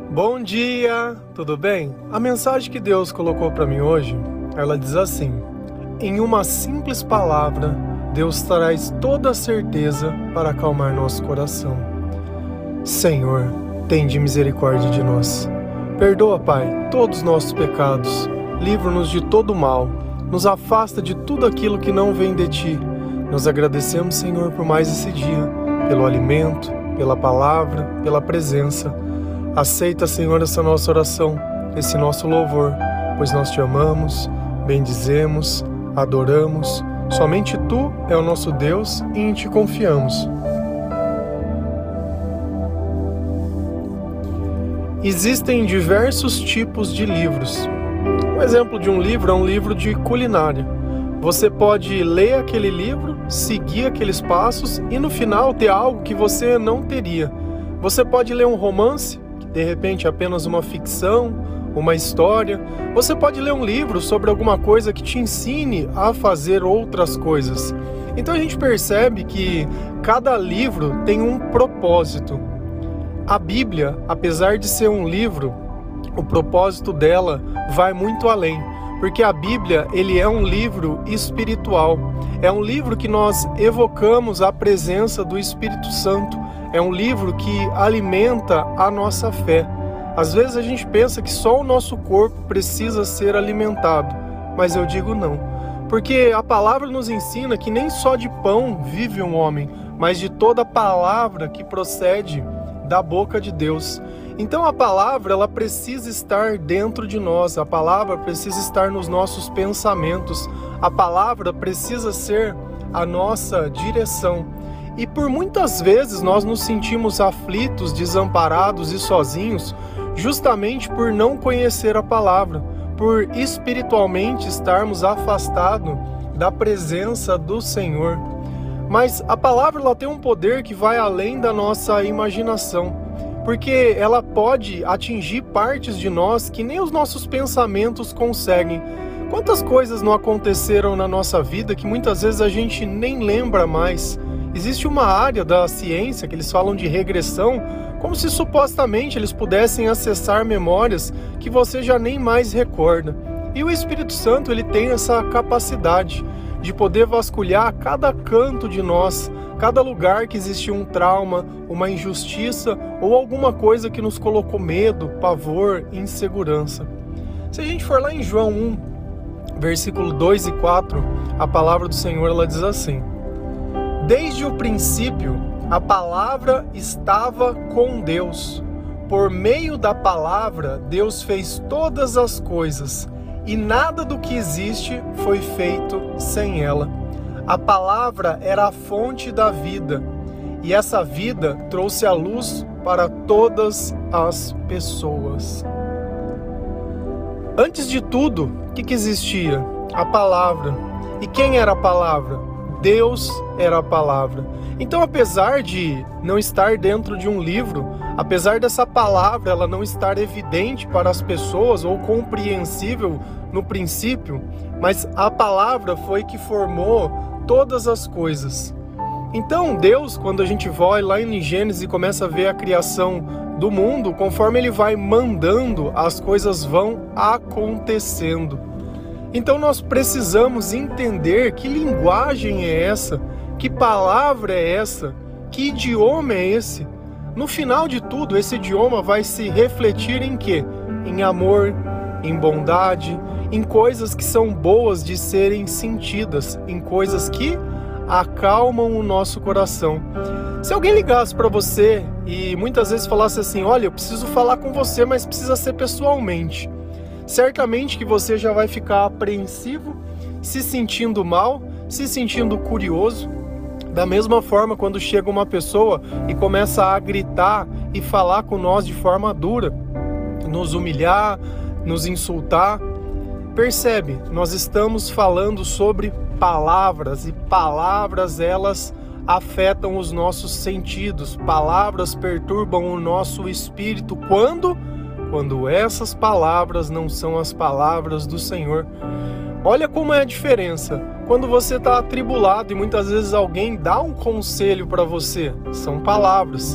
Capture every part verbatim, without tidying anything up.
Bom dia, tudo bem? A mensagem que Deus colocou para mim hoje, ela diz assim: em uma simples palavra, Deus traz toda a certeza para acalmar nosso coração. Senhor, tende misericórdia de nós. Perdoa, Pai, todos os nossos pecados. Livra-nos de todo mal. Nos afasta de tudo aquilo que não vem de Ti. Nós agradecemos, Senhor, por mais esse dia, pelo alimento, pela palavra, pela presença. Aceita, Senhor, essa nossa oração, esse nosso louvor, pois nós Te amamos, bendizemos, adoramos. Somente Tu é o nosso Deus e em Ti confiamos. Existem diversos tipos de livros. Um exemplo de um livro é um livro de culinária. Você pode ler aquele livro, seguir aqueles passos e no final ter algo que você não teria. Você pode ler um romance, de repente apenas uma ficção, uma história. Você pode ler um livro sobre alguma coisa que te ensine a fazer outras coisas. Então a gente percebe que cada livro tem um propósito. A Bíblia, apesar de ser um livro, o propósito dela vai muito além, porque a Bíblia, ele é um livro espiritual. É um livro que nós evocamos a presença do Espírito Santo. É um livro que alimenta a nossa fé. Às vezes a gente pensa que só o nosso corpo precisa ser alimentado, mas eu digo não. Porque a palavra nos ensina que nem só de pão vive um homem, mas de toda palavra que procede da boca de Deus. Então a palavra, ela precisa estar dentro de nós, a palavra precisa estar nos nossos pensamentos, a palavra precisa ser a nossa direção. E por muitas vezes nós nos sentimos aflitos, desamparados e sozinhos, justamente por não conhecer a palavra, por espiritualmente estarmos afastados da presença do Senhor. Mas a palavra, ela tem um poder que vai além da nossa imaginação, porque ela pode atingir partes de nós que nem os nossos pensamentos conseguem. Quantas coisas não aconteceram na nossa vida que muitas vezes a gente nem lembra mais? Existe uma área da ciência que eles falam de regressão, como se supostamente eles pudessem acessar memórias que você já nem mais recorda. E o Espírito Santo, ele tem essa capacidade de poder vasculhar cada canto de nós, cada lugar que existiu um trauma, uma injustiça ou alguma coisa que nos colocou medo, pavor, insegurança. Se a gente for lá em João um, versículo dois e quatro, a palavra do Senhor, ela diz assim: desde o princípio, a palavra estava com Deus. Por meio da palavra, Deus fez todas as coisas, e nada do que existe foi feito sem ela. A palavra era a fonte da vida, e essa vida trouxe a luz para todas as pessoas. Antes de tudo, o que, que existia? A palavra. E quem era a palavra? Deus era a palavra. Então, apesar de não estar dentro de um livro, apesar dessa palavra ela não estar evidente para as pessoas ou compreensível no princípio, mas a palavra foi que formou todas as coisas. Então, Deus, quando a gente vai lá em Gênesis e começa a ver a criação do mundo, conforme Ele vai mandando, as coisas vão acontecendo. Então nós precisamos entender que linguagem é essa, que palavra é essa, que idioma é esse. No final de tudo, esse idioma vai se refletir em quê? Em amor, em bondade, em coisas que são boas de serem sentidas, em coisas que acalmam o nosso coração. Se alguém ligasse para você e muitas vezes falasse assim: olha, eu preciso falar com você, mas precisa ser pessoalmente, certamente que você já vai ficar apreensivo, se sentindo mal, se sentindo curioso. Da mesma forma, quando chega uma pessoa e começa a gritar e falar com nós de forma dura, nos humilhar, nos insultar, percebe, nós estamos falando sobre palavras, e palavras, elas afetam os nossos sentidos, palavras perturbam o nosso espírito. Quando? Quando essas palavras não são as palavras do Senhor. Olha como é a diferença. Quando você está atribulado e muitas vezes alguém dá um conselho para você, são palavras.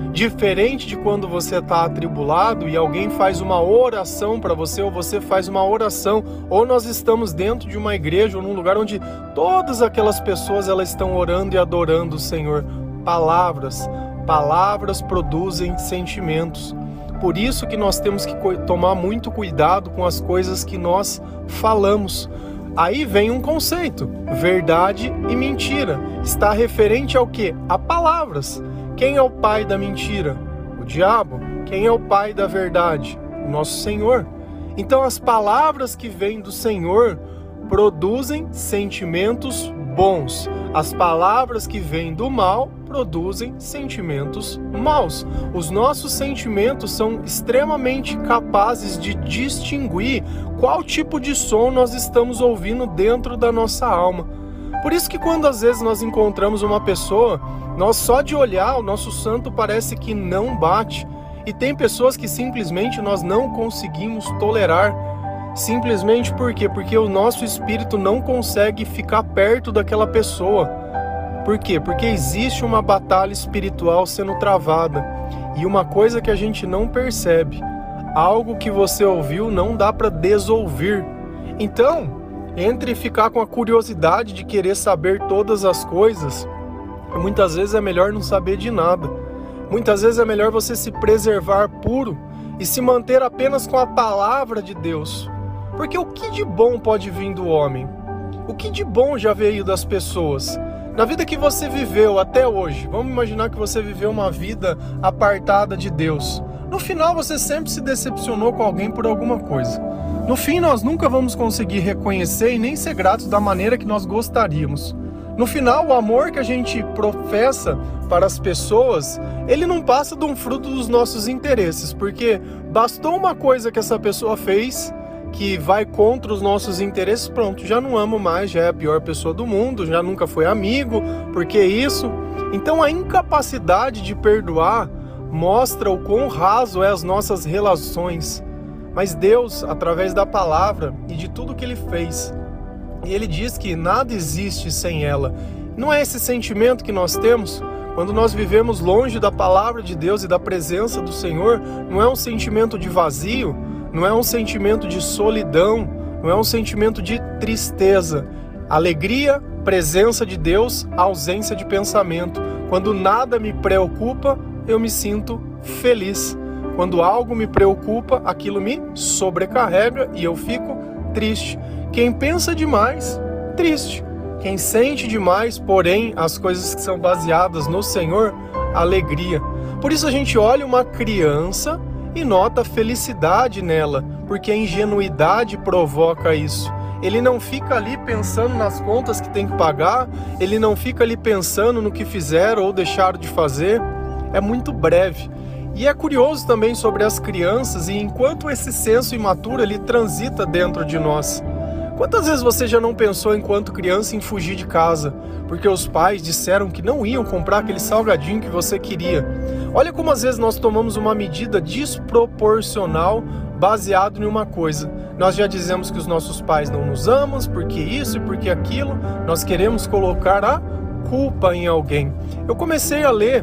Diferente de quando você está atribulado e alguém faz uma oração para você, ou você faz uma oração, ou nós estamos dentro de uma igreja ou num lugar onde todas aquelas pessoas elas estão orando e adorando o Senhor. Palavras, palavras produzem sentimentos. Por isso que nós temos que tomar muito cuidado com as coisas que nós falamos. Aí vem um conceito, verdade e mentira. Está referente ao quê? A palavras. Quem é o pai da mentira? O diabo. Quem é o pai da verdade? O nosso Senhor. Então as palavras que vêm do Senhor produzem sentimentos bons. As palavras que vêm do mal produzem sentimentos maus. Os nossos sentimentos são extremamente capazes de distinguir qual tipo de som nós estamos ouvindo dentro da nossa alma. Por isso que quando às vezes nós encontramos uma pessoa, nós só de olhar, o nosso santo parece que não bate. E tem pessoas que simplesmente nós não conseguimos tolerar. Simplesmente por quê? Porque o nosso espírito não consegue ficar perto daquela pessoa. Por quê? Porque existe uma batalha espiritual sendo travada. E uma coisa que a gente não percebe, algo que você ouviu não dá para desouvir. Então, entre ficar com a curiosidade de querer saber todas as coisas, muitas vezes é melhor não saber de nada. Muitas vezes é melhor você se preservar puro e se manter apenas com a palavra de Deus. Porque o que de bom pode vir do homem? O que de bom já veio das pessoas? Na vida que você viveu até hoje, vamos imaginar que você viveu uma vida apartada de Deus. No final você sempre se decepcionou com alguém por alguma coisa. No fim nós nunca vamos conseguir reconhecer e nem ser gratos da maneira que nós gostaríamos. No final o amor que a gente professa para as pessoas, ele não passa de um fruto dos nossos interesses, porque bastou uma coisa que essa pessoa fez que vai contra os nossos interesses, pronto, já não amo mais, já é a pior pessoa do mundo, já nunca foi amigo, porque isso? Então a incapacidade de perdoar mostra o quão raso é as nossas relações. Mas Deus, através da palavra e de tudo que Ele fez, e Ele diz que nada existe sem ela. Não é esse sentimento que nós temos? Quando nós vivemos longe da palavra de Deus e da presença do Senhor, não é um sentimento de vazio, não é um sentimento de solidão, não é um sentimento de tristeza. Alegria, presença de Deus, ausência de pensamento. Quando nada me preocupa, eu me sinto feliz. Quando algo me preocupa, aquilo me sobrecarrega e eu fico triste. Quem pensa demais, triste. Quem sente demais, porém, as coisas que são baseadas no Senhor, alegria. Por isso a gente olha uma criança e nota felicidade nela, porque a ingenuidade provoca isso. Ele não fica ali pensando nas contas que tem que pagar, ele não fica ali pensando no que fizeram ou deixaram de fazer. É muito breve. E é curioso também sobre as crianças e enquanto esse senso imaturo ele transita dentro de nós. Quantas vezes você já não pensou enquanto criança em fugir de casa, porque os pais disseram que não iam comprar aquele salgadinho que você queria? Olha como às vezes nós tomamos uma medida desproporcional baseado em uma coisa. Nós já dizemos que os nossos pais não nos amam, porque isso e porque aquilo. Nós queremos colocar a culpa em alguém. Eu comecei a ler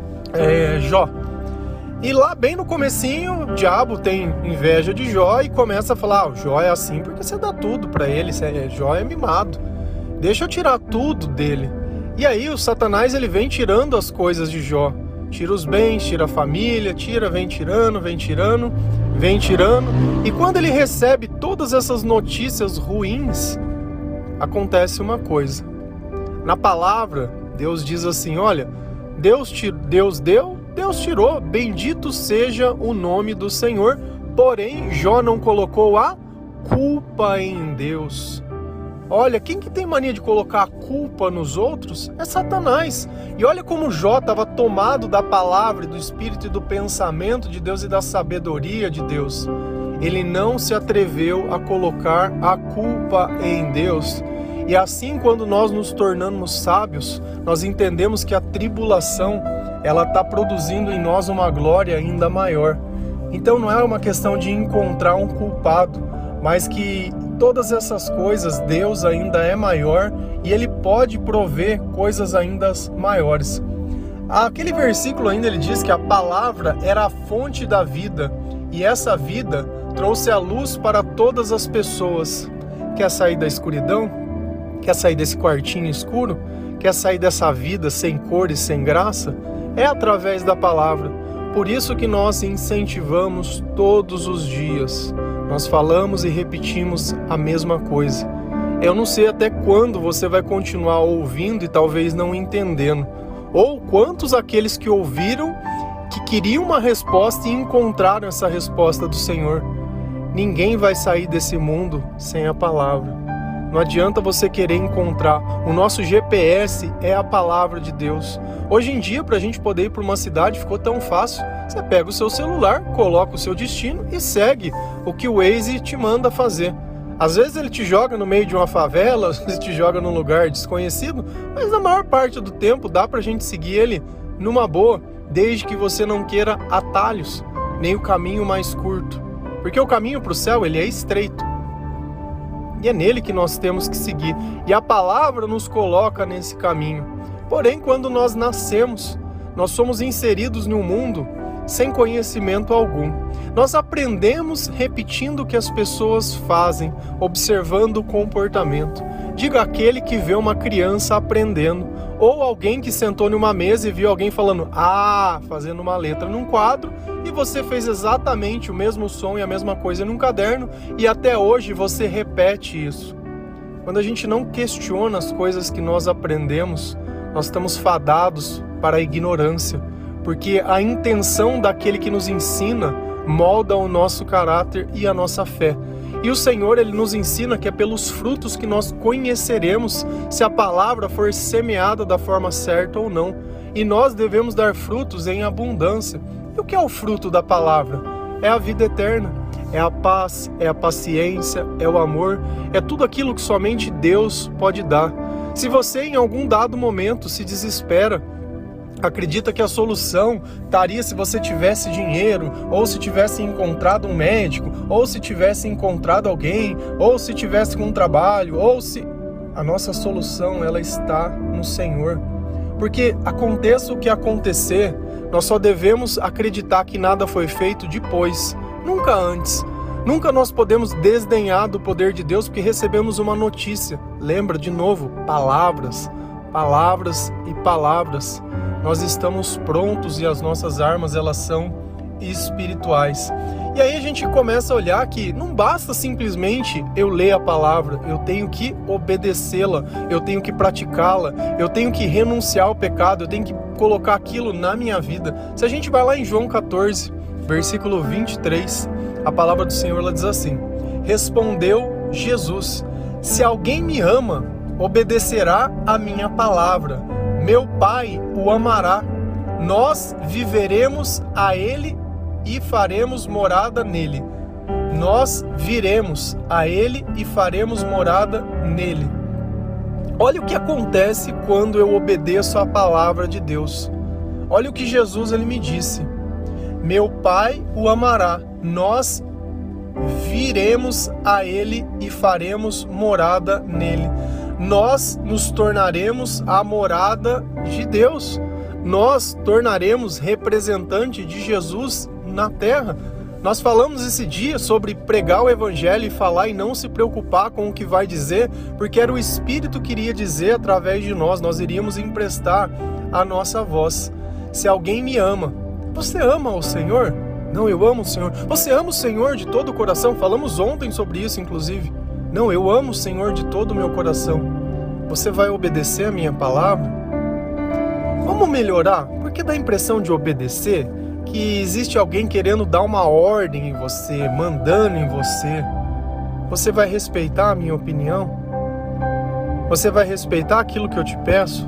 é, Jó. E lá bem no comecinho, o diabo tem inveja de Jó e começa a falar, ah, o Jó é assim porque você dá tudo para ele, Jó é mimado, deixa eu tirar tudo dele. E aí o Satanás ele vem tirando as coisas de Jó, tira os bens, tira a família, tira, vem tirando, vem tirando, vem tirando. E quando ele recebe todas essas notícias ruins, acontece uma coisa. Na palavra, Deus diz assim, olha, Deus, Deus deu, Deus tirou, bendito seja o nome do Senhor, porém Jó não colocou a culpa em Deus. Olha, quem que tem mania de colocar a culpa nos outros? É Satanás. E olha como Jó estava tomado da palavra, do espírito e do pensamento de Deus e da sabedoria de Deus. Ele não se atreveu a colocar a culpa em Deus. E assim, quando nós nos tornamos sábios, nós entendemos que a tribulação ela está produzindo em nós uma glória ainda maior. Então não é uma questão de encontrar um culpado, mas que todas essas coisas Deus ainda é maior e Ele pode prover coisas ainda maiores. Aquele versículo ainda ele diz que a palavra era a fonte da vida e essa vida trouxe a luz para todas as pessoas. Quer sair da escuridão? Quer sair desse quartinho escuro? Quer sair dessa vida sem cor e sem graça? É através da palavra. Por isso que nós incentivamos todos os dias. Nós falamos e repetimos a mesma coisa. Eu não sei até quando você vai continuar ouvindo e talvez não entendendo. Ou quantos aqueles que ouviram, que queriam uma resposta e encontraram essa resposta do Senhor. Ninguém vai sair desse mundo sem a palavra. Não adianta você querer encontrar. O nosso G P S é a palavra de Deus. Hoje em dia, para a gente poder ir para uma cidade, ficou tão fácil. Você pega o seu celular, coloca o seu destino e segue o que o Waze te manda fazer. Às vezes ele te joga no meio de uma favela, às vezes te joga num lugar desconhecido, mas na maior parte do tempo dá pra gente seguir ele numa boa, desde que você não queira atalhos, nem o caminho mais curto. Porque o caminho para o céu, ele é estreito. E é nele que nós temos que seguir. E a palavra nos coloca nesse caminho. Porém, quando nós nascemos, nós somos inseridos num mundo sem conhecimento algum. Nós aprendemos repetindo o que as pessoas fazem, observando o comportamento. Diga aquele que vê uma criança aprendendo, ou alguém que sentou numa mesa e viu alguém falando ah, fazendo uma letra num quadro, e você fez exatamente o mesmo som e a mesma coisa num caderno, e até hoje você repete isso. Quando a gente não questiona as coisas que nós aprendemos, nós estamos fadados para a ignorância, porque a intenção daquele que nos ensina molda o nosso caráter e a nossa fé. E o Senhor, Ele nos ensina que é pelos frutos que nós conheceremos se a palavra for semeada da forma certa ou não. E nós devemos dar frutos em abundância. E o que é o fruto da palavra? É a vida eterna, é a paz, é a paciência, é o amor, é tudo aquilo que somente Deus pode dar. Se você em algum dado momento se desespera, acredita que a solução estaria se você tivesse dinheiro, ou se tivesse encontrado um médico, ou se tivesse encontrado alguém, ou se tivesse com um trabalho, ou se... A nossa solução, ela está no Senhor. Porque aconteça o que acontecer, nós só devemos acreditar que nada foi feito depois, nunca antes. Nunca nós podemos desdenhar do poder de Deus porque recebemos uma notícia. Lembra, de novo, palavras, palavras e palavras. Nós estamos prontos e as nossas armas, elas são espirituais. E aí a gente começa a olhar que não basta simplesmente eu ler a palavra, eu tenho que obedecê-la, eu tenho que praticá-la, eu tenho que renunciar ao pecado, eu tenho que colocar aquilo na minha vida. Se a gente vai lá em João quatorze, versículo vinte e três, a palavra do Senhor ela diz assim: respondeu Jesus, se alguém me ama, obedecerá a minha palavra. Meu Pai o amará, nós viveremos a Ele e faremos morada nele. Nós viremos a Ele e faremos morada nele. Olha o que acontece quando eu obedeço a palavra de Deus. Olha o que Jesus ele me disse. Meu Pai o amará, nós viremos a Ele e faremos morada nele. Nós nos tornaremos a morada de Deus. Nós tornaremos representante de Jesus na terra. Nós falamos esse dia sobre pregar o evangelho e falar e não se preocupar com o que vai dizer, porque era o Espírito que iria dizer através de nós. Nós iríamos emprestar a nossa voz. Se alguém me ama, você ama o Senhor? Não, eu amo o Senhor. Você ama o Senhor de todo o coração? Falamos ontem sobre isso, inclusive. Não, eu amo o Senhor de todo o meu coração. Você vai obedecer a minha palavra? Vamos melhorar? Porque dá a impressão de obedecer que existe alguém querendo dar uma ordem em você, mandando em você. Você vai respeitar a minha opinião? Você vai respeitar aquilo que eu te peço?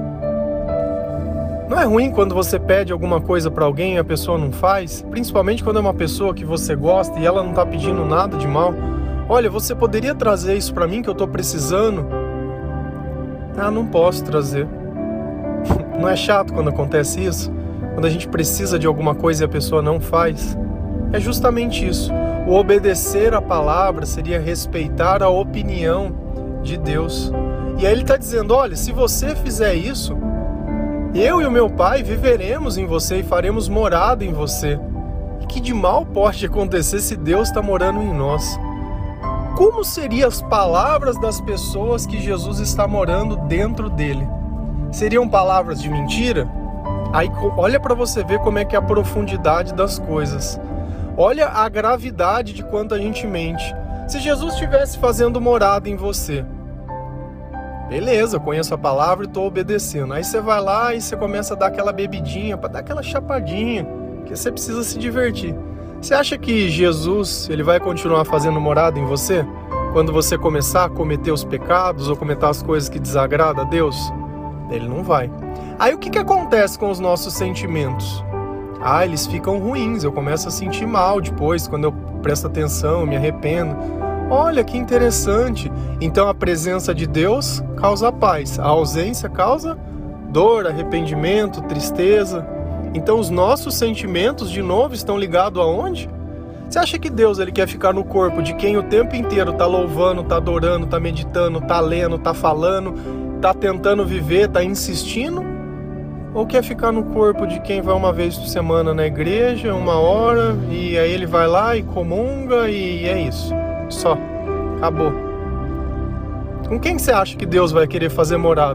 Não é ruim quando você pede alguma coisa para alguém e a pessoa não faz? Principalmente quando é uma pessoa que você gosta e ela não está pedindo nada de mal. Olha, você poderia trazer isso para mim que eu estou precisando? Ah, não posso trazer. Não é chato quando acontece isso? Quando a gente precisa de alguma coisa e a pessoa não faz? É justamente isso. O obedecer a palavra seria respeitar a opinião de Deus. E aí ele está dizendo, olha, se você fizer isso, Eu e o meu Pai viveremos em você e faremos morada em você. E que de mal pode acontecer se Deus está morando em nós? Como seriam as palavras das pessoas que Jesus está morando dentro dele? Seriam palavras de mentira? Aí olha para você ver como é que é a profundidade das coisas. Olha a gravidade de quanto a gente mente. Se Jesus estivesse fazendo morada em você, beleza, eu conheço a palavra e estou obedecendo. Aí você vai lá e você começa a dar aquela bebidinha, para dar aquela chapadinha, que você precisa se divertir. Você acha que Jesus ele vai continuar fazendo morada em você? Quando você começar a cometer os pecados ou cometer as coisas que desagradam a Deus? Ele não vai. Aí o que, que acontece com os nossos sentimentos? Ah, eles ficam ruins, eu começo a sentir mal depois, quando eu presto atenção, eu me arrependo. Olha que interessante. Então a presença de Deus causa paz, a ausência causa dor, arrependimento, tristeza. Então os nossos sentimentos, de novo, estão ligados aonde? Você acha que Deus ele quer ficar no corpo de quem o tempo inteiro está louvando, está adorando, está meditando, está lendo, está falando, está tentando viver, está insistindo? Ou quer ficar no corpo de quem vai uma vez por semana na igreja, uma hora, e aí ele vai lá e comunga e é isso? Só. Acabou. Com quem você acha que Deus vai querer fazer morada?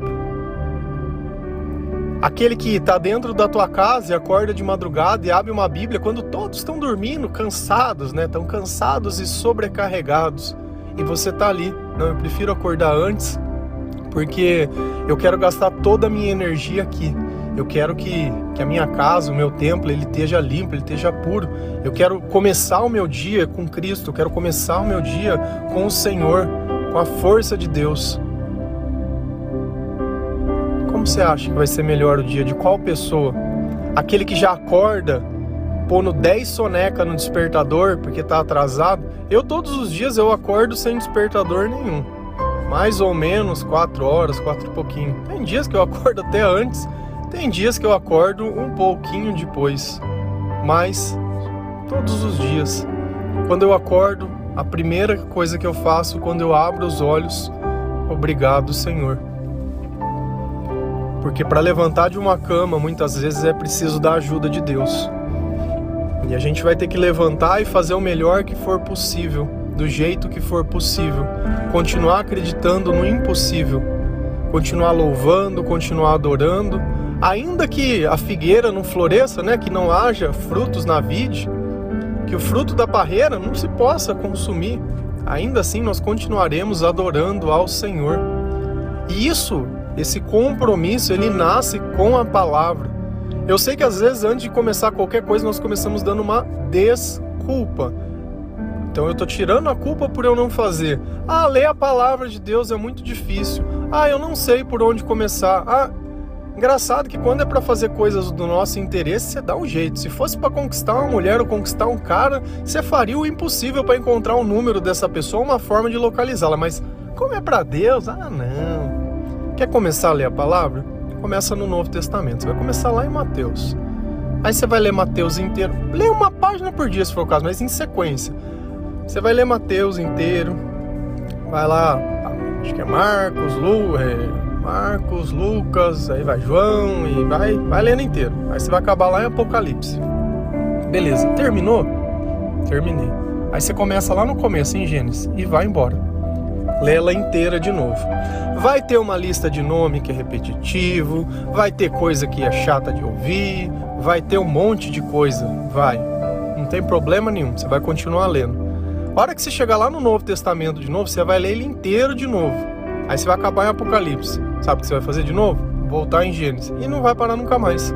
Aquele que está dentro da tua casa e acorda de madrugada e abre uma Bíblia quando todos estão dormindo, cansados, né? Estão cansados e sobrecarregados. E você está ali. Não, eu prefiro acordar antes, porque eu quero gastar toda a minha energia aqui. Eu quero que, que a minha casa, o meu templo, ele esteja limpo, ele esteja puro. Eu quero começar o meu dia com Cristo. Eu quero começar o meu dia com o Senhor, com a força de Deus. Como você acha que vai ser melhor o dia? De qual pessoa? Aquele que já acorda, pondo dez soneca no despertador porque está atrasado? Eu todos os dias eu acordo sem despertador nenhum. Mais ou menos quatro horas, quatro e pouquinho. Tem dias que eu acordo até antes. Tem dias que eu acordo um pouquinho depois, mas todos os dias. Quando eu acordo, a primeira coisa que eu faço quando eu abro os olhos, obrigado, Senhor. Porque para levantar de uma cama, muitas vezes é preciso da ajuda de Deus. E a gente vai ter que levantar e fazer o melhor que for possível, do jeito que for possível. Continuar acreditando no impossível. Continuar louvando, continuar adorando. Ainda que a figueira não floresça, né, que não haja frutos na vide, que o fruto da parreira não se possa consumir, ainda assim nós continuaremos adorando ao Senhor. E isso, esse compromisso, ele nasce com a palavra. Eu sei que às vezes antes de começar qualquer coisa nós começamos dando uma desculpa. Então eu estou tirando a culpa por eu não fazer. Ah, ler a palavra de Deus é muito difícil. Ah, eu não sei por onde começar. Ah, engraçado que quando é para fazer coisas do nosso interesse, você dá um jeito. Se fosse para conquistar uma mulher ou conquistar um cara, você faria o impossível para encontrar o número dessa pessoa, uma forma de localizá-la. Mas como é para Deus? Ah, não. Quer começar a ler a palavra? Começa no Novo Testamento. Você vai começar lá em Mateus. Aí você vai ler Mateus inteiro. Lê uma página por dia, se for o caso, mas em sequência. Você vai ler Mateus inteiro. Vai lá, acho que é Marcos, Lu, é... Marcos, Lucas, aí vai João e vai, vai lendo inteiro. Aí você vai acabar lá em Apocalipse. Beleza, terminou? Terminei. Aí você começa lá no começo, em Gênesis, e vai embora. Lê ela inteira de novo. Vai ter uma lista de nome que é repetitivo, vai ter coisa que é chata de ouvir, vai ter um monte de coisa, vai. Não tem problema nenhum, você vai continuar lendo. A hora que você chegar lá no Novo Testamento de novo, você vai ler ele inteiro de novo. Aí você vai acabar em Apocalipse. Sabe o que você vai fazer de novo? Voltar em Gênesis. E não vai parar nunca mais.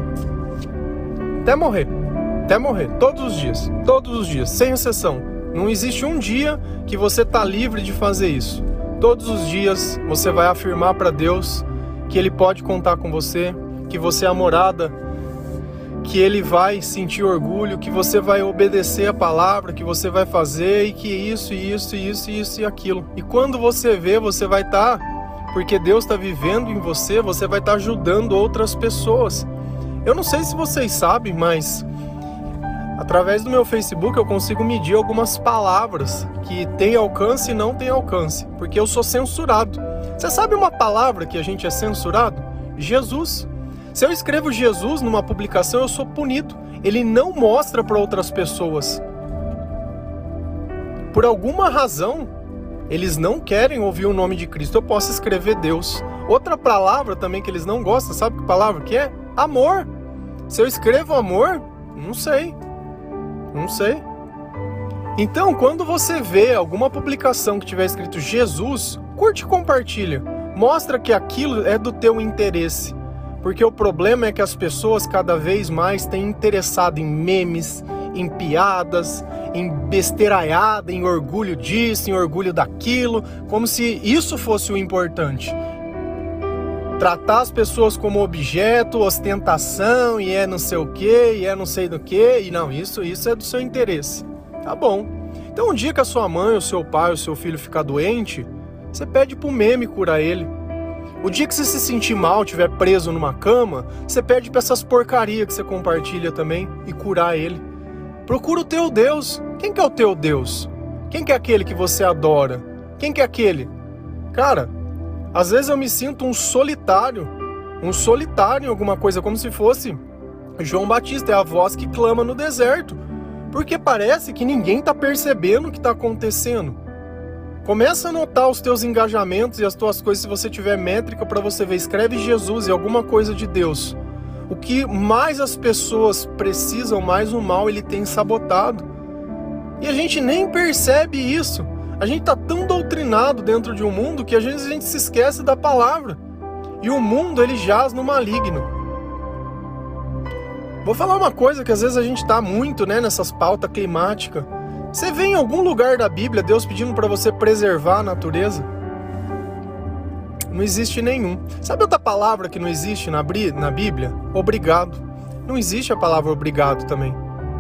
Até morrer. Até morrer. Todos os dias. Todos os dias. Sem exceção. Não existe um dia que você está livre de fazer isso. Todos os dias você vai afirmar para Deus que Ele pode contar com você, que você é a morada, que Ele vai sentir orgulho, que você vai obedecer a palavra, que você vai fazer e que isso, isso, isso, isso e aquilo. E quando você vê, você vai estar, porque Deus está vivendo em você, você vai estar ajudando outras pessoas. Eu não sei se vocês sabem, mas através do meu Facebook eu consigo medir algumas palavras que têm alcance e não têm alcance, porque eu sou censurado. Você sabe uma palavra que a gente é censurado? Jesus. Se eu escrevo Jesus numa publicação, eu sou punido. Ele não mostra para outras pessoas. Por alguma razão, eles não querem ouvir o nome de Cristo. Eu posso escrever Deus. Outra palavra também que eles não gostam, sabe que palavra que é? Amor. Se eu escrevo amor, não sei. Não sei. Então, quando você vê alguma publicação que tiver escrito Jesus, curte e compartilha. Mostra que aquilo é do teu interesse. Porque o problema é que as pessoas cada vez mais têm interessado em memes, em piadas, em besteiraiada, em orgulho disso, em orgulho daquilo, como se isso fosse o importante. Tratar as pessoas como objeto, ostentação, e é não sei o que, e é não sei do que, e não, isso, isso é do seu interesse. Tá bom. Então um dia que a sua mãe, o seu pai, o seu filho ficar doente, você pede pro meme curar ele. O dia que você se sentir mal, estiver preso numa cama, você pede pra essas porcarias que você compartilha também e curar ele. Procura o teu Deus. Quem que é o teu Deus? Quem que é aquele que você adora? Quem que é aquele? Cara, às vezes eu me sinto um solitário, um solitário em alguma coisa, como se fosse João Batista, é a voz que clama no deserto. Porque parece que ninguém tá percebendo o que tá acontecendo. Começa a notar os teus engajamentos e as tuas coisas, se você tiver métrica para você ver. Escreve Jesus e alguma coisa de Deus. O que mais as pessoas precisam, mais o mal ele tem sabotado. E a gente nem percebe isso. A gente tá tão doutrinado dentro de um mundo que às vezes a gente se esquece da palavra. E o mundo ele jaz no maligno. Vou falar uma coisa que às vezes a gente tá muito, né, nessas pautas climáticas. Você vê em algum lugar da Bíblia Deus pedindo para você preservar a natureza? Não existe nenhum. Sabe outra palavra que não existe na Bíblia? Obrigado. Não existe a palavra obrigado também.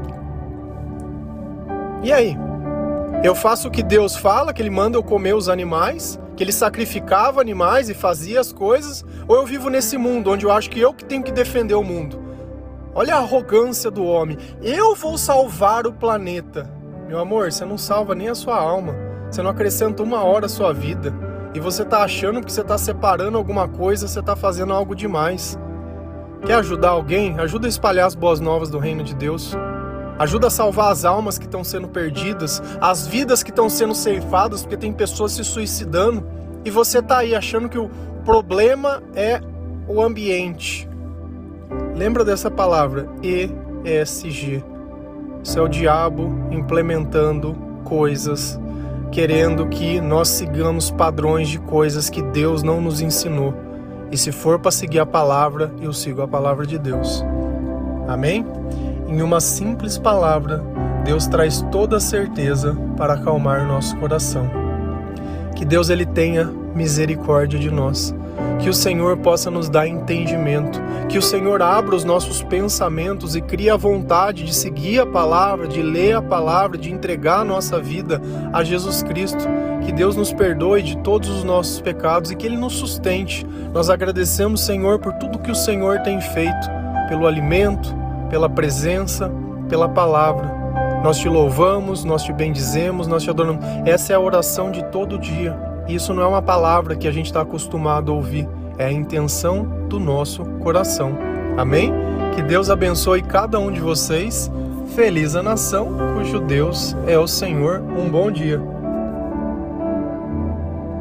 E aí? Eu faço o que Deus fala, que Ele manda eu comer os animais, que Ele sacrificava animais e fazia as coisas, ou eu vivo nesse mundo onde eu acho que eu que tenho que defender o mundo? Olha a arrogância do homem. Eu vou salvar o planeta. Meu amor, você não salva nem a sua alma. Você não acrescenta uma hora à sua vida. E você tá achando que você tá separando alguma coisa, você tá fazendo algo demais. Quer ajudar alguém? Ajuda a espalhar as boas novas do reino de Deus. Ajuda a salvar as almas que estão sendo perdidas, as vidas que estão sendo ceifadas, porque tem pessoas se suicidando. E você tá aí achando que o problema é o ambiente. Lembra dessa palavra, E S G. Isso é o diabo implementando coisas, querendo que nós sigamos padrões de coisas que Deus não nos ensinou. E se for para seguir a palavra, eu sigo a palavra de Deus. Amém? Em uma simples palavra, Deus traz toda a certeza para acalmar nosso coração. Que Deus ele tenha misericórdia de nós. Que o Senhor possa nos dar entendimento, que o Senhor abra os nossos pensamentos e crie a vontade de seguir a palavra, de ler a palavra, de entregar a nossa vida a Jesus Cristo. Que Deus nos perdoe de todos os nossos pecados e que Ele nos sustente. Nós agradecemos, Senhor, por tudo que o Senhor tem feito, pelo alimento, pela presença, pela palavra. Nós te louvamos, nós te bendizemos, nós te adoramos. Essa é a oração de todo dia. Isso não é uma palavra que a gente está acostumado a ouvir, é a intenção do nosso coração. Amém? Que Deus abençoe cada um de vocês. Feliz a nação cujo Deus é o Senhor. Um bom dia.